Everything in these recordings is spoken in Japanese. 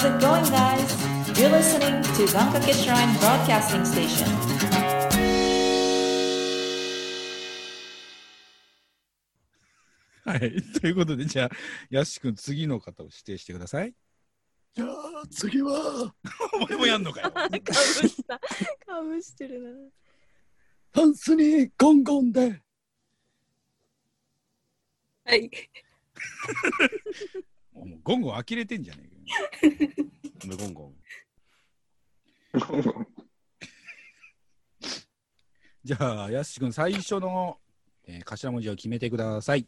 How's it going, guys? You're listening to Gankake Shrine Broadcasting Station. はい、ということで、じゃあ、やし君、次の方を指定してください。 じゃあ、次は。 お前もやんのかよ。 かぶしてるな。 タンスにゴンゴンで。 はい。 もうゴンゴン呆れてんじゃねえかよ。無ゴンゴン。じゃあ、やし君、最初の、頭文字を決めてください。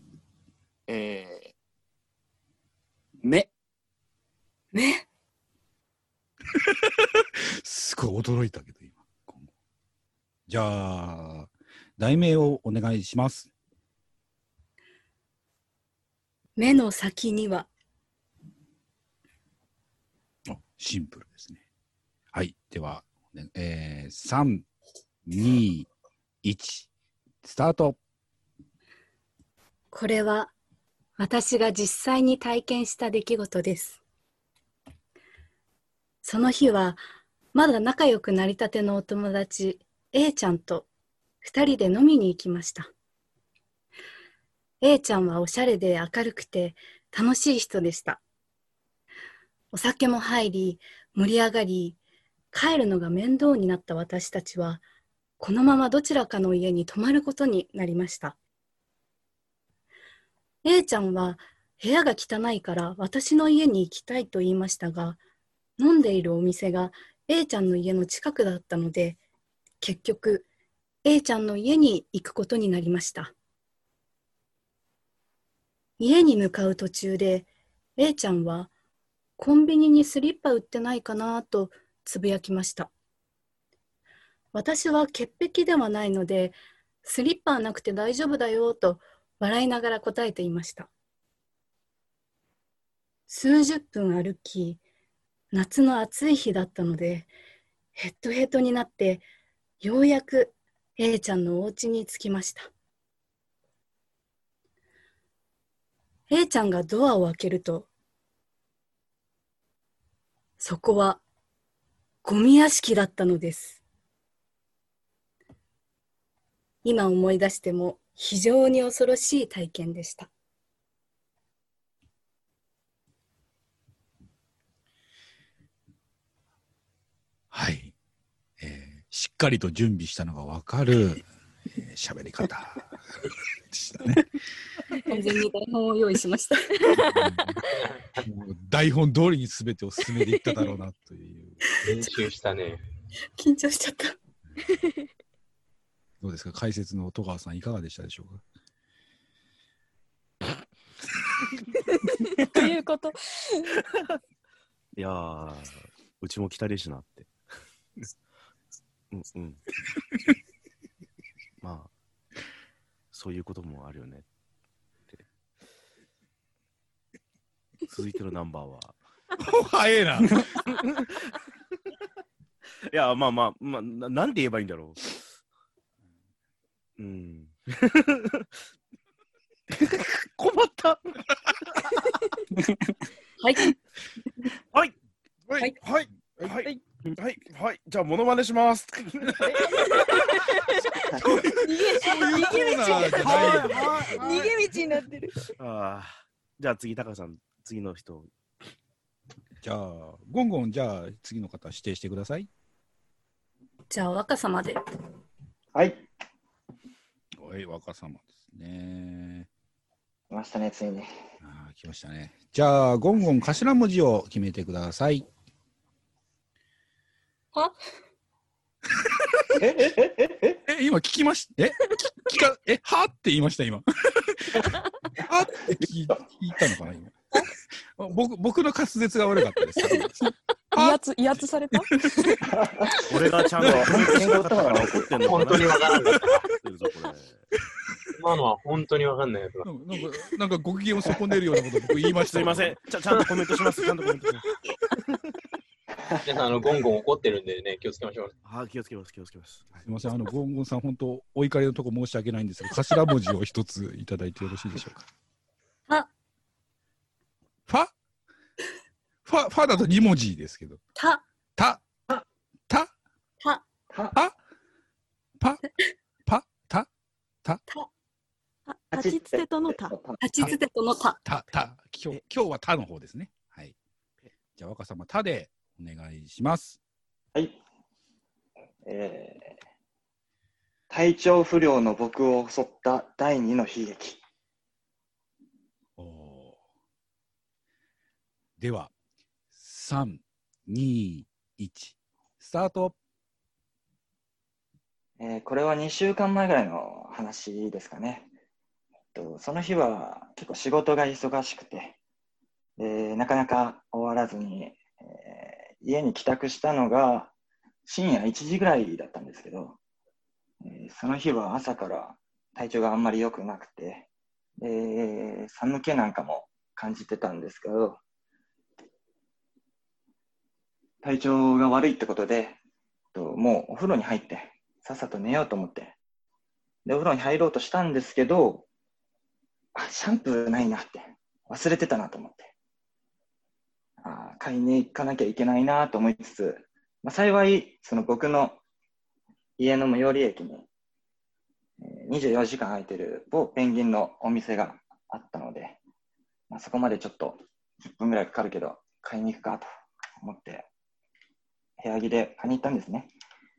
目。 目。 すごい驚いたけど、今。じゃあ、題名をお願いします。 目の先には。 シンプルですね。はい。では、3、2、1、スタート。 これは私が実際に体験した出来事です。その日はまだ仲良くなりたてのお友達 A ちゃんと2人で飲みに行きました。A ちゃんはおしゃれで明るくて楽しい人でした。お酒も入り盛り上がり、帰るのが面倒になった私たちはこのままどちらかの家に泊まることになりました。A ちゃんは部屋が汚いから私の家に行きたいと言いましたが、飲んでいるお店が A ちゃんの家の近くだったので、結局 A ちゃんの家に行くことになりました。家に向かう途中で A ちゃんはコンビニにスリッパ売ってないかなとつぶやきました。私は潔癖ではないので、スリッパはなくて大丈夫だよと笑いながら答えていました。数十分歩き、夏の暑い日だったので、ヘッドヘッドになって、ようやく A ちゃんのお家に着きました。A ちゃんがドアを開けると、そこはゴミ屋敷だったのです。今思い出しても非常に恐ろしい体験でした。 はい、しっかりと準備したのが分かる喋り方でしたね。 完全に台本を用意しました。 もう台本通りに全てを進めていっただろうなという。 練習したね。 緊張しちゃった。 どうですか、解説の戸川さんいかがでしたでしょうか。 ということ。 いやー、うちも来たりしなって。うん。まあ、そういうこともあるよねって。続いてのナンバーは。 早えな。 いや、まあ、なんて言えばいいんだろう。困った。 はい。 じゃあモノマネします。 逃げ道になってる。 じゃあ次、タカさん、次の人。 じゃあゴンゴン、じゃあ次の方指定してください。 じゃあ若様で。 はい。 はい、若様ですね。 来ましたね、ついに。 来ましたね。じゃあゴンゴン、頭文字を決めてください。 は？ 今聞きました。はって言いました今。はって聞いたのかな今。僕の滑舌が悪かったです。 威圧された？ 俺がちゃんとコメントしなかったから怒ってんのかな。 本当にわからんかった。今のは本当にわかんないやつだ。 なんかご機嫌を損ねるようなこと僕言いました。 すいません。ちゃんとコメントします。 皆さん、ゴンゴン怒ってるんでね、気をつけましょう。 気をつけます。すいません、ゴンゴンさん、本当お怒りのとこ申し訳ないんですが、頭文字を一ついただいてよろしいでしょうか。 は。 ファ？ ファだと2文字ですけど。 た、 た、た、 た、 た、 パ、パ、パ、た、 立ちつてとのた。 立ちつてとのた。 た。今日はたの方ですね。はい。じゃあ若様たでお願いします。 はい。体調不良の僕を襲った第2の悲劇。 では、3、2、1、スタート。 これは2週間前ぐらいの話ですかね。その日は結構仕事が忙しくて、なかなか終わらずに、家に帰宅したのが深夜1時ぐらいだったんですけど、その日は朝から体調があんまり良くなくて、寒気なんかも感じてたんですけど、体調が悪いってことで、もうお風呂に入ってさっさと寝ようと思って、でお風呂に入ろうとしたんですけど、シャンプーないなって忘れてたなと思って、買いに行かなきゃいけないなと思いつつ、幸いその僕の家の最寄り駅に24時間空いてる某ペンギンのお店があったので、そこまでちょっと10分ぐらいかかるけど買いに行くかと思って部屋着で買いに行ったんですね。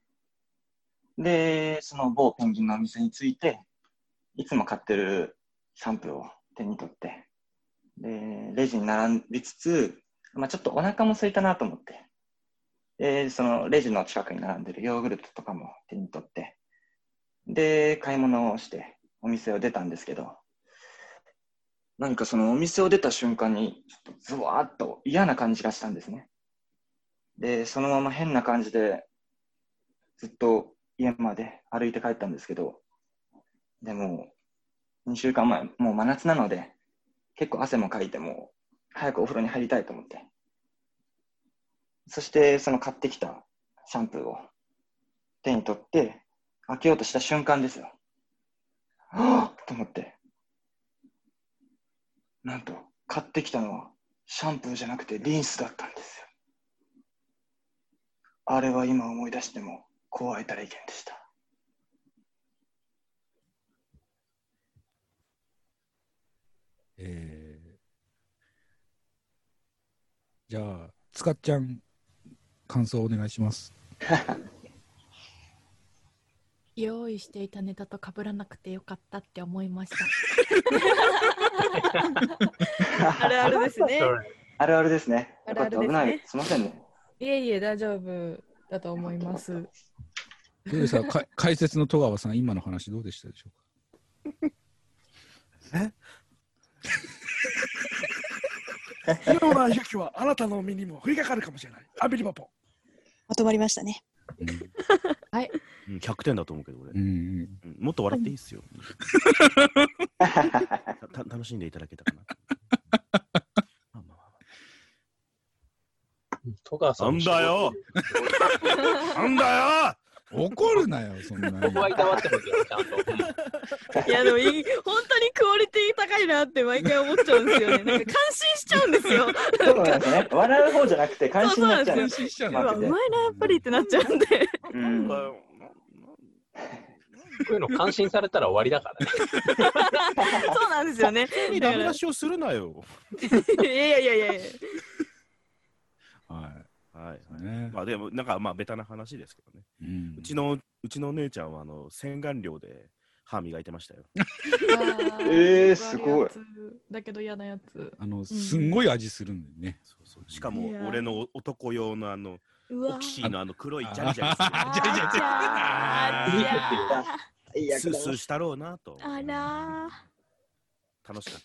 で、その某ペンギンのお店に着いて、いつも買ってるシャンプーを手に取って、でレジに並びつつ、ちょっとお腹も空いたなと思って、でそのレジの近くに並んでるヨーグルトとかも手に取って、で買い物をしてお店を出たんですけど、何かそのお店を出た瞬間にちょっとズワーッと嫌な感じがしたんですね。でそのまま変な感じでずっと家まで歩いて帰ったんですけど、でも2週間前、もう真夏なので結構汗もかいて、もう早くお風呂に入りたいと思って、そしてその買ってきたシャンプーを手に取って開けようとした瞬間ですよ。はぁと思って、なんと買ってきたのはシャンプーじゃなくてリンスだったんですよ。あれは今思い出しても怖い体験でした。 じゃあつかっちゃん感想お願いします。 用意していたネタと被らなくてよかったって思いました。 あるあるですね。 あるあるですね。 あるあるですね。 危ない。すみませんね。 いえいえ、大丈夫だと思います。 どうですか、解説の戸川さん、今の話どうでしたでしょうか。 今の悲劇はあなたの身にも降りかかるかもしれない。アビリバポ。 まとまりましたね。 はい。 100点だと思うけど俺。もっと笑っていいっすよ。楽しんでいただけたかな。 戸川さん。 なんだよ。なんだよ。 怒るなよ、そんなに。 ここはいたわってますよ、ちゃんと。 いやでも本当にクオリティ高いなって毎回思っちゃうんですよね。なんか感心しちゃうんですよ。 そうなんですね。笑う方じゃなくて感心になっちゃう。 うわ、うまいなやっぱりってなっちゃうんで。 こういうの感心されたら終わりだからね。 そうなんですよね。 ダメ出しをするなよ。 いやいやいやいや。 はい。 はい。まあでもなんかベタな話ですけどね。うちの姉ちゃんは洗顔料で歯磨いてましたよ。 すごい。 だけど嫌なやつ。 すんごい味するんだよね。 しかも俺の男用のオキシーの黒いジャリジャリする。スースーしたろうなと。 あら。 楽しかった。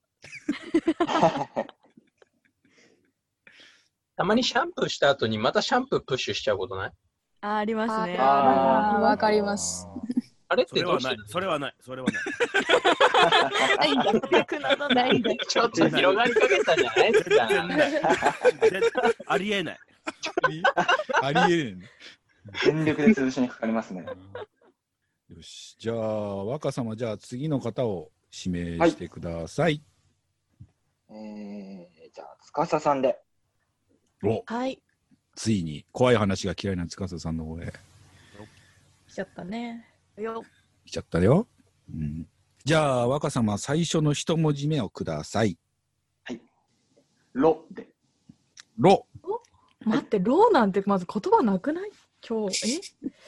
たまにシャンプーした後にまたシャンプープッシュしちゃうことない？ ありますね。 わかります。 あれってどうしてる？ それはない。それはない。ないんだ。 ちょっと広がりかけたじゃないですか。 ありえない。 ありえない。 全力で潰しにかかりますね。 よし、じゃあ若様、じゃあ次の方を指名してください。 じゃあ司さんで。 お、 はい。 ついに怖い話が嫌いな司さんの方へ来ちゃったね。よ。 来ちゃったよ。うん、じゃあ若様最初の一文字目をください。 はい。ロで。 ロ。 待って、ロなんてまず言葉なくない？今日。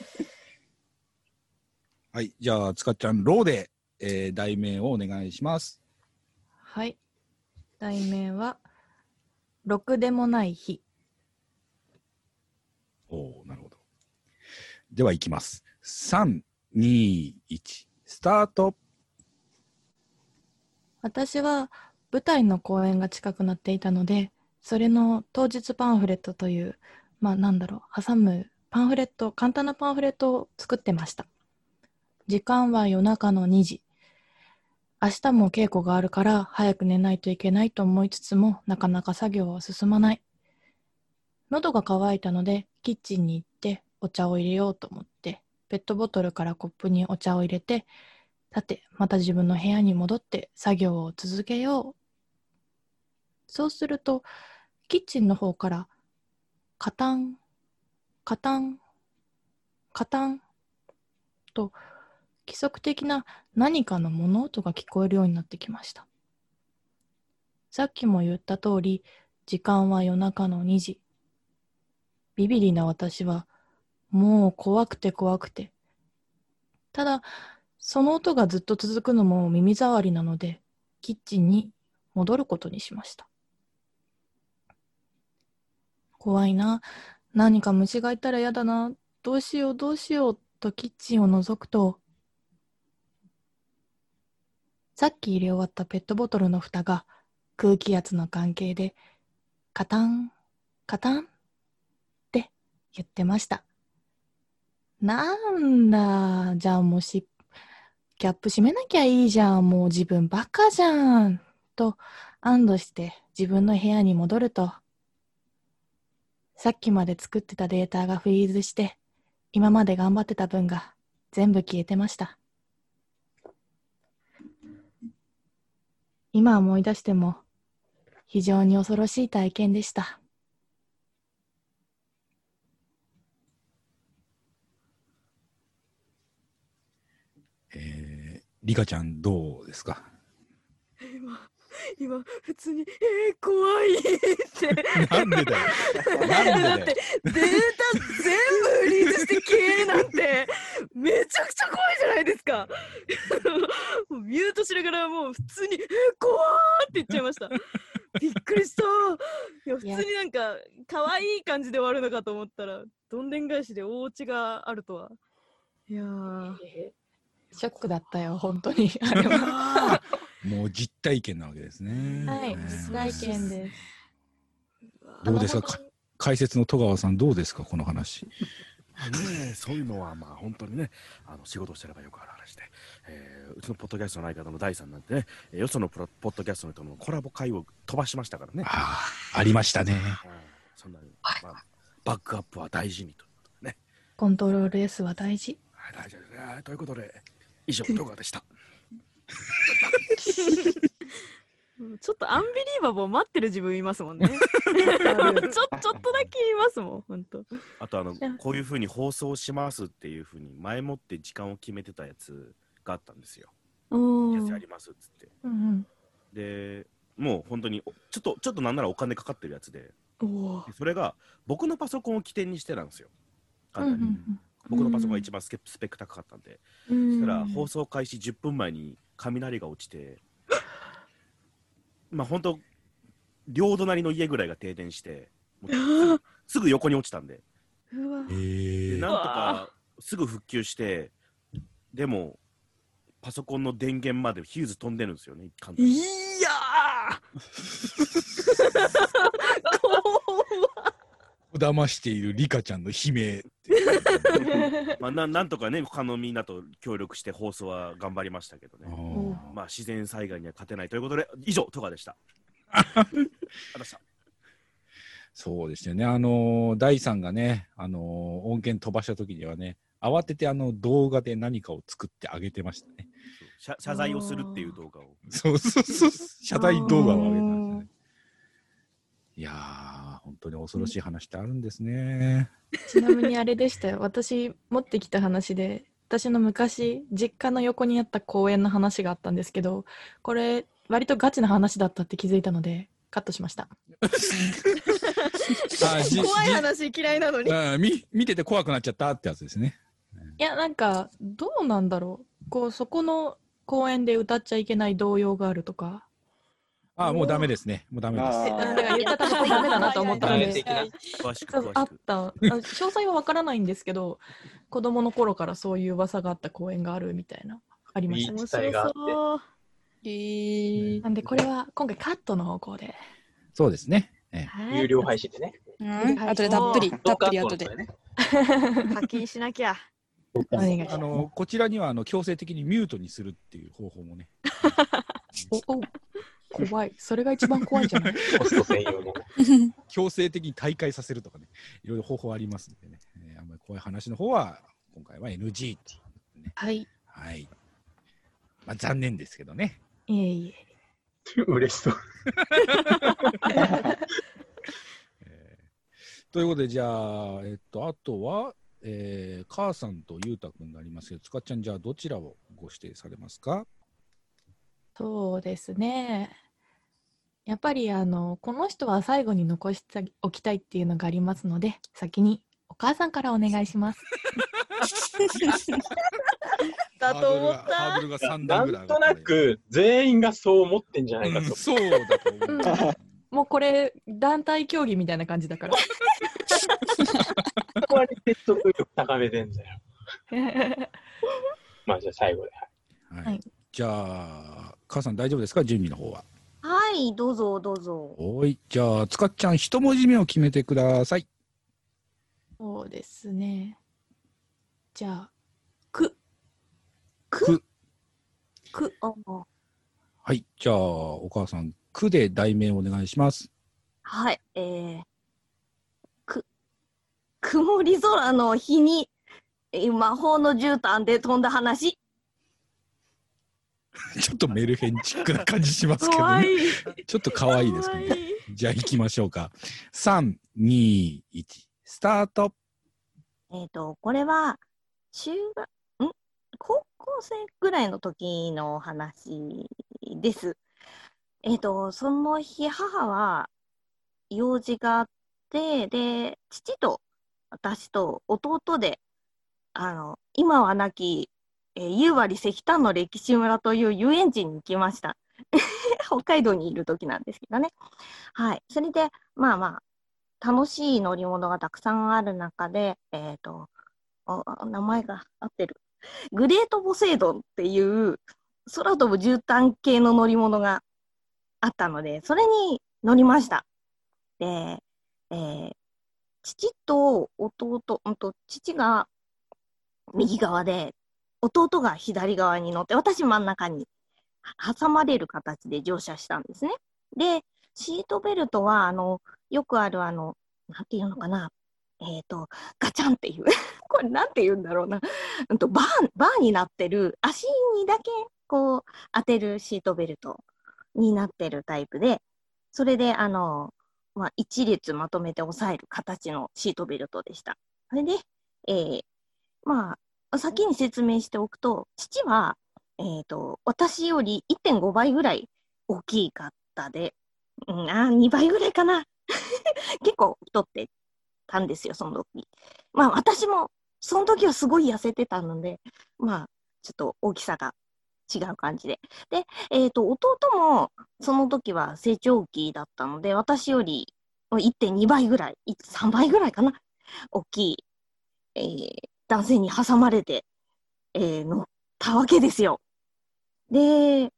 はい。じゃあつかちゃんロで、題名をお願いします。 はい。題名はろくでもない日。 おー、なるほど。では行きます。3、2、1、スタート。 私は舞台の公演が近くなっていたので、それの当日パンフレットという、挟むパンフレット、簡単なパンフレットを作ってました。時間は夜中の2時。明日も稽古があるから早く寝ないといけないと思いつつも、なかなか作業は進まない。喉が渇いたのでキッチンに行ってお茶を入れようと思って、ペットボトルからコップにお茶を入れて、さてまた自分の部屋に戻って作業を続けよう。そうするとキッチンの方からカタンカタンカタンと規則的な何かの物音が聞こえるようになってきました。さっきも言った通り、時間は夜中の2時。ビビリな私はもう怖くて怖くて。ただ、その音がずっと続くのも耳障りなので、キッチンに戻ることにしました。怖いな。何か虫がいたら嫌だな。どうしようどうしようとキッチンを覗くと、さっき入れ終わったペットボトルの蓋が空気圧の関係でカタンカタンって言ってました。なんだ、じゃあもうキャップ閉めなきゃいいじゃん、もう自分バカじゃんと安堵して自分の部屋に戻ると、さっきまで作ってたデータがフリーズして今まで頑張ってた分が全部消えてました。今思い出しても非常に恐ろしい体験でした。 リカちゃんどうですか？ 今普通に怖いってなんでだよ。 だってデータ全部フリーズして消えるなんてめちゃくちゃ怖いじゃないですか。ミュートしながらもう普通に怖ーって言っちゃいました。びっくりした。いや普通になんか可愛い感じで終わるのかと思ったら、どんでん返しで大オチがあるとは。いやー、 ショックだったよ本当に。あれはもう実体験なわけですね。 はい、実体験です。 どうですか、解説の戸川さん、どうですかこの話。 そういうのはまあ本当にね、仕事してればよくある話で、うちのポッドキャストの相方の大さんなんてね、よそのポッドキャストの人のコラボ会を飛ばしましたからね。 ありましたね。 そんなに、バックアップは大事にということでね。 コントロール S は大事。 大事ですね。ということで以上戸川でした。 ちょっとアンビリーバボー待ってる自分いますもんね。ちょっとだけいますもん、本当。 あとこういう風に放送しますっていう風に前もって時間を決めてたやつがあったんですよ。やつやりますっつって。で、もう本当にちょっとなんならお金かかってるやつで、それが僕のパソコンを起点にしてなんですよ。僕のパソコンが一番スペック高かったんで、そしたら放送開始10分前に雷が落ちて、まあ本当両隣の家ぐらいが停電して、すぐ横に落ちたんで、でなんとかすぐ復旧して、でもパソコンの電源までヒューズ飛んでるんですよね。 いやこだましているリカちゃんの悲鳴。 まあなんとかね、他のみんなと協力して放送は頑張りましたけどね。まあ自然災害には勝てないということで、以上、戸川でした。 そうですよね。大さんがね、音源飛ばした時にはね、慌てて動画で何かを作ってあげてましたね。 謝罪をするっていう動画を。 そう謝罪動画を上げてましたね。いやー、本当に恐ろしい話ってあるんですね。 ちなみにあれでしたよ。私持ってきた話で、私の昔実家の横にあった公園の話があったんですけど、これ割とガチな話だったって気づいたのでカットしました。 怖い話嫌いなのに。 見てて怖くなっちゃったってやつですね。 いや、なんかどうなんだろう。こうそこの公園で歌っちゃいけない童謡があるとか。 もうダメですね。もうダメです。 だから言ったらダメだなと思ったので。あった。詳細はわからないんですけど、子供の頃からそういう噂があった公園があるみたいなありました。 面白そう。 なんでこれは今回カットの方向で。 そうですね。 有料配信でね。 あとでたっぷり後で。 課金しなきゃ。 お願いします。 こちらには強制的にミュートにするっていう方法もね。 怖い。それが一番怖いじゃない。 コスト専用の。 強制的に退会させるとかね、いろいろ方法ありますんでね。あんまり怖い話の方は今回は NG っていう、ね。 はい。 はい。まあ残念ですけどね。 いえいえ。嬉しそう。 ということで、じゃあ、あとは、母さんとゆうたくんになりますけど、つかっちゃん、じゃあ、どちらをご指定されますか？ そうですね。やっぱり、この人は最後に残しておきたいっていうのがありますので、先にお母さんからお願いします。 だと思った。 ハードルが3段ぐらいなんとなく、全員がそう思ってんじゃないかと。 そうだと思う。 もうこれ、団体競技みたいな感じだから。 そこは説得力高めてんだよ。まあ、じゃあ最後で。 はい。じゃあ、母さん大丈夫ですか？準備の方は。 はい、どうぞどうぞ。 はい。じゃあ、つかっちゃん、一文字目を決めてください。 そうですね。じゃあ、く。 はい。じゃあ、お母さん、くで題名お願いします。 はい。曇り空の日に魔法の絨毯で飛んだ話。 ちょっとメルヘンチックな感じしますけどね。ちょっと可愛いですね。じゃあ行きましょうか。3、2、1、スタート。 これは高校生ぐらいの時の話です。その日母は用事があって、で、父と私と弟で、今は亡き、夕張石炭の歴史村という遊園地に行きました。北海道にいる時なんですけどね。はい。それで、まあまあ、楽しい乗り物がたくさんある中で、名前が合ってる。グレートポセイドンっていう空飛ぶ絨毯系の乗り物があったので、それに乗りました。で、父と弟、父が右側で、弟が左側に乗って、私真ん中に挟まれる形で乗車したんですね。で、シートベルトは、よくあるなんていうのかな、ガチャンっていう、これなんて言うんだろうな、バーになってる、足にだけこう当てるシートベルトになってるタイプで、それで、一列まとめて押さえる形のシートベルトでした。それで、先に説明しておくと、父は、私より 1.5 倍ぐらい大きかったで、2倍ぐらいかな。結構太ってたんですよ、その時。私も、その時はすごい痩せてたので、ちょっと大きさが違う感じで。で、弟も、その時は成長期だったので、私より 1.2 倍ぐらい、3倍ぐらいかな、大きい、男性に挟まれて、乗ったわけですよ。で、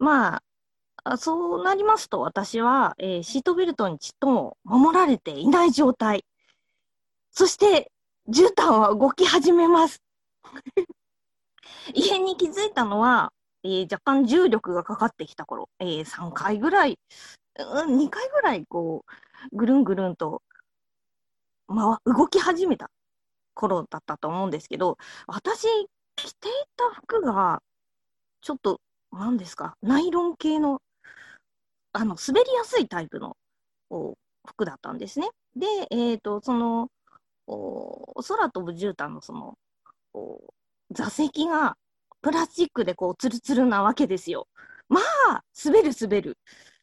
そうなりますと、私は、シートベルトにちっとも守られていない状態。そして、絨毯は動き始めます。異変に気づいたのは、若干重力がかかってきた頃、3回ぐらい、2回ぐらい、こう、ぐるんぐるんと、動き始めた頃だったと思うんですけど、私、着ていた服が、ちょっと、何ですか、ナイロン系の、滑りやすいタイプの服だったんですね。 で、その、空飛ぶ絨毯のその、座席がプラスチックでこう、ツルツルなわけですよ。まあ、滑る。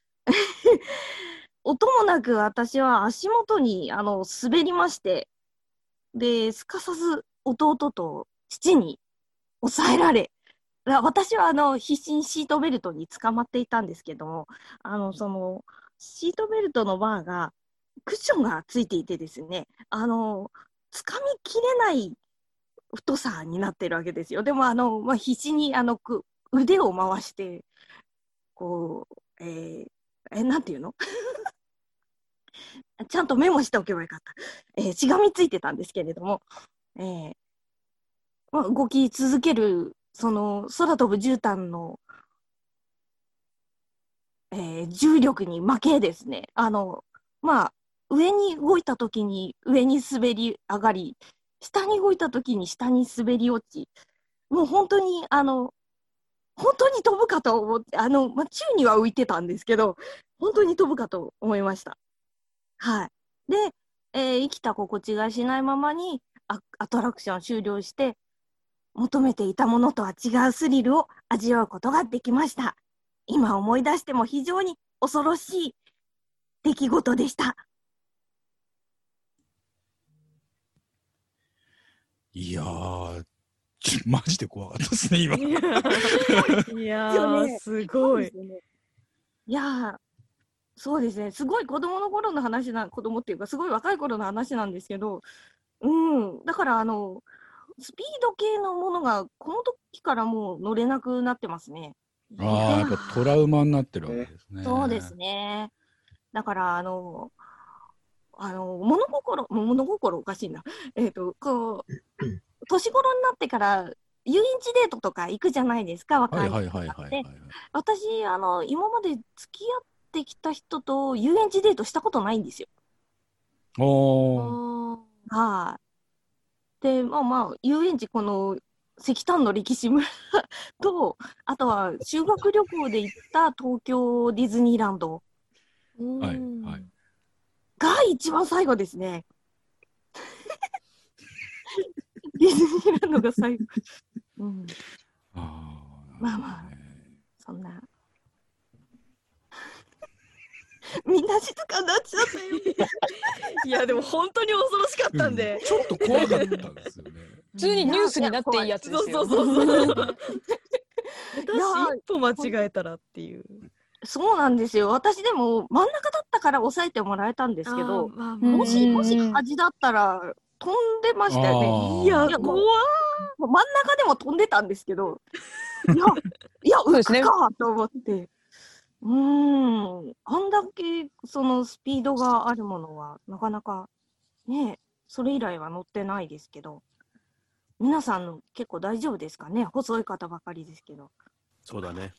音もなく私は足元に滑りまして、で、すかさず弟と父に抑えられ、私は必死にシートベルトに捕まっていたんですけども、その、シートベルトのバーが、クッションがついていてですね、掴みきれない太さになってるわけですよ。でも、必死に、腕を回して、こう、なんていうのちゃんとメモしておけばよかった。しがみついてたんですけれども、まあ、動き続ける、その、空飛ぶ絨毯の、重力に負けですね。まあ、上に動いたときに上に滑り上がり、下に動いたときに下に滑り落ち、もう本当に、本当に飛ぶかと思って、まあ、宙には浮いてたんですけど、本当に飛ぶかと思いました。はい。で、生きた心地がしないままにアトラクション終了して、求めていたものとは違うスリルを味わうことができました。今思い出しても非常に恐ろしい出来事でした。 いやー、マジで怖かったですね、今。 いやー、すごい。 いやー、そうですね、すごい子供の頃の話子供っていうか、すごい若い頃の話なんですけど、だからスピード系のものが、この時からもう乗れなくなってますね。 ああ、やっぱトラウマになってるわけですね。 そうですね。だから、物心おかしいな。こう、年頃になってから、遊園地デートとか行くじゃないですか、若い人って。私、今まで付き合ってきた人と遊園地デートしたことないんですよ。はい。で、まあ、遊園地、この、石炭の歴史村と、あとは修学旅行で行った東京ディズニーランドが一番最後ですね。ディズニーランドが最後。まあまあ、そんな。みんな静かになっちゃったよ。 いや、でも本当に恐ろしかったんで。 ちょっと怖かったんですよね。 普通にニュースになっていいやつですよ。 そう。私一歩間違えたらっていう。 そうなんですよ。私でも真ん中だったから抑えてもらえたんですけど、もし端だったら飛んでましたよね。 いや、怖い。 真ん中でも飛んでたんですけど、いや、浮くかと思って。あんだけそのスピードがあるものはなかなかね、それ以来は乗ってないですけど、皆さんの結構大丈夫ですかね、細い方ばかりですけど。 そうだね。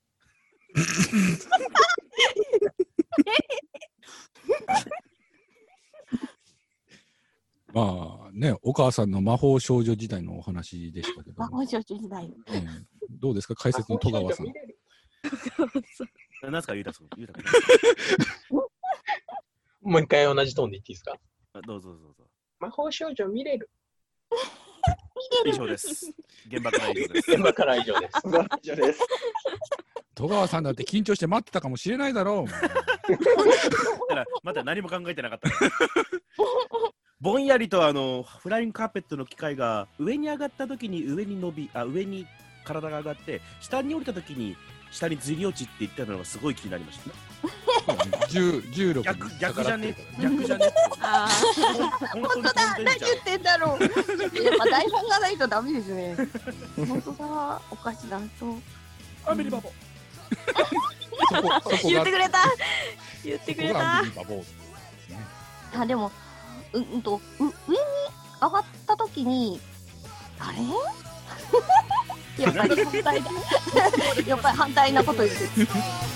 まあね、お母さんの魔法少女時代のお話でしたけど。 魔法少女時代。 どうですか、解説の戸川さん。 何すか、ゆうたくん。 もう一回同じトーンで言っていいですか？ どうぞ。 魔法少女見れる。 以上です。現場から以上です。 現場から以上です。 以上です。 戸川さんだって緊張して待ってたかもしれないだろう。 だからまだ何も考えてなかった。ぼんやりとフライングカーペットの機械が上に上がった時に上に体が上がって下に降りた時に下にずり落ちって言ったのがすごい気になりましたね。 重力逆じゃね。 本当だ、何言ってんだろう。やっぱ台本がないとダメですね。本当だ、おかしなと。 アメリバボ。 言ってくれた。 あ、でも上に上がった時にあれ？やっぱり反対なこと言ってる。